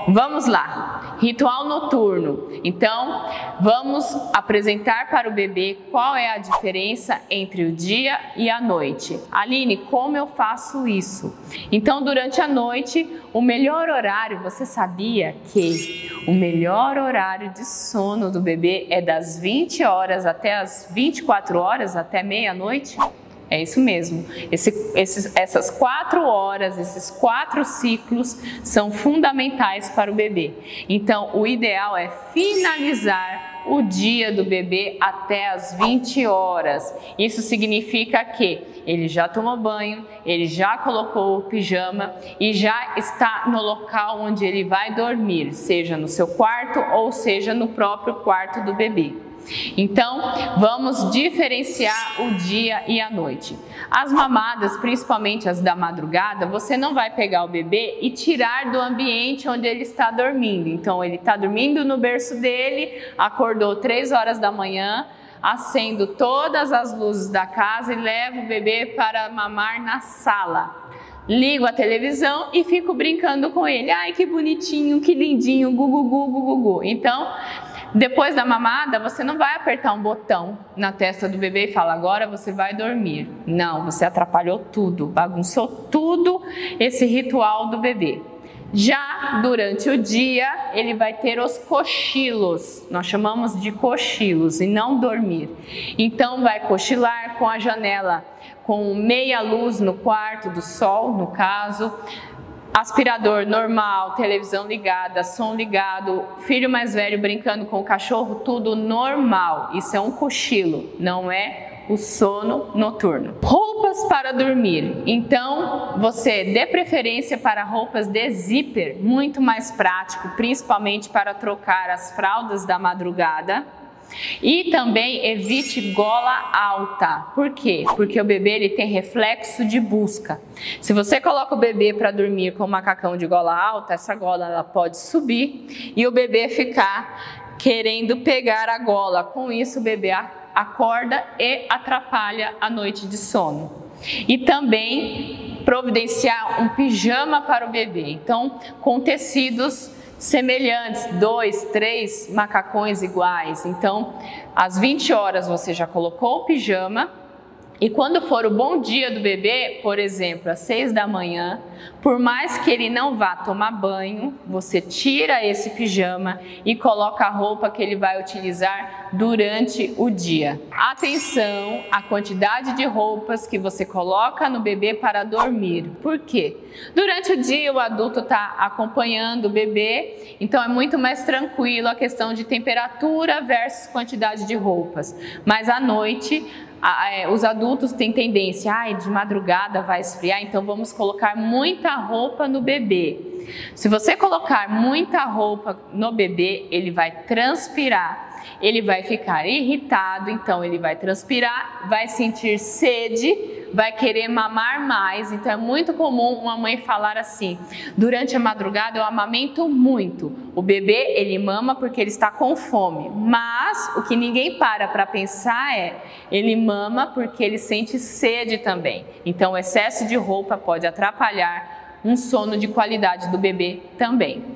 vamos lá. Ritual noturno. Então, vamos apresentar para o bebê qual é a diferença entre o dia e a noite. Aline, como eu faço isso? Então, durante a noite, o melhor horário, você sabia que o melhor horário de sono do bebê é das 20 horas até as 24 horas, até meia-noite? É isso mesmo. Essas 4 horas, esses 4 ciclos são fundamentais para o bebê. Então, o ideal é finalizar o dia do bebê até as 20 horas. Isso significa que ele já tomou banho, ele já colocou o pijama e já está no local onde ele vai dormir, seja no seu quarto ou seja no próprio quarto do bebê. Então, vamos diferenciar o dia e a noite. As mamadas, principalmente as da madrugada, você não vai pegar o bebê e tirar do ambiente onde ele está dormindo. Então, ele está dormindo no berço dele, acordou 3 horas da manhã, acendo todas as luzes da casa e levo o bebê para mamar na sala. Ligo a televisão e fico brincando com ele. Ai, que bonitinho, que lindinho, gugugu, gugugu. Então, depois da mamada, você não vai apertar um botão na testa do bebê e falar, agora você vai dormir. Não, você atrapalhou tudo, bagunçou tudo esse ritual do bebê. Já durante o dia, ele vai ter os cochilos, nós chamamos de cochilos e não dormir. Então, vai cochilar com a janela, com meia luz no quarto do sol, no caso, aspirador normal, televisão ligada, som ligado, filho mais velho brincando com o cachorro, tudo normal. Isso é um cochilo, não é o sono noturno. Roupas para dormir. Então, você dê preferência para roupas de zíper, muito mais prático, principalmente para trocar as fraldas da madrugada. E também evite gola alta. Por quê? Porque o bebê ele tem reflexo de busca. Se você coloca o bebê para dormir com um macacão de gola alta, essa gola ela pode subir e o bebê ficar querendo pegar a gola. Com isso, o bebê acorda e atrapalha a noite de sono. E também providenciar um pijama para o bebê. Então, com tecidos semelhantes, 2, 3 macacões iguais. Então, às 20 horas você já colocou o pijama e quando for o bom dia do bebê, por exemplo, às 6 da manhã, por mais que ele não vá tomar banho, você tira esse pijama e coloca a roupa que ele vai utilizar durante o dia. Atenção à quantidade de roupas que você coloca no bebê para dormir. Por quê? Durante o dia o adulto está acompanhando o bebê, então é muito mais tranquilo a questão de temperatura versus quantidade de roupas. Mas à noite, os adultos têm tendência, de madrugada vai esfriar, então vamos colocar muita roupa no bebê. Se você colocar muita roupa no bebê, ele vai transpirar, ele vai ficar irritado, então ele vai transpirar, vai sentir sede, vai querer mamar mais. Então é muito comum uma mãe falar assim, durante a madrugada eu amamento muito. O bebê ele mama porque ele está com fome, mas o que ninguém para pensar é, ele mama porque ele sente sede também. Então o excesso de roupa pode atrapalhar um sono de qualidade do bebê também.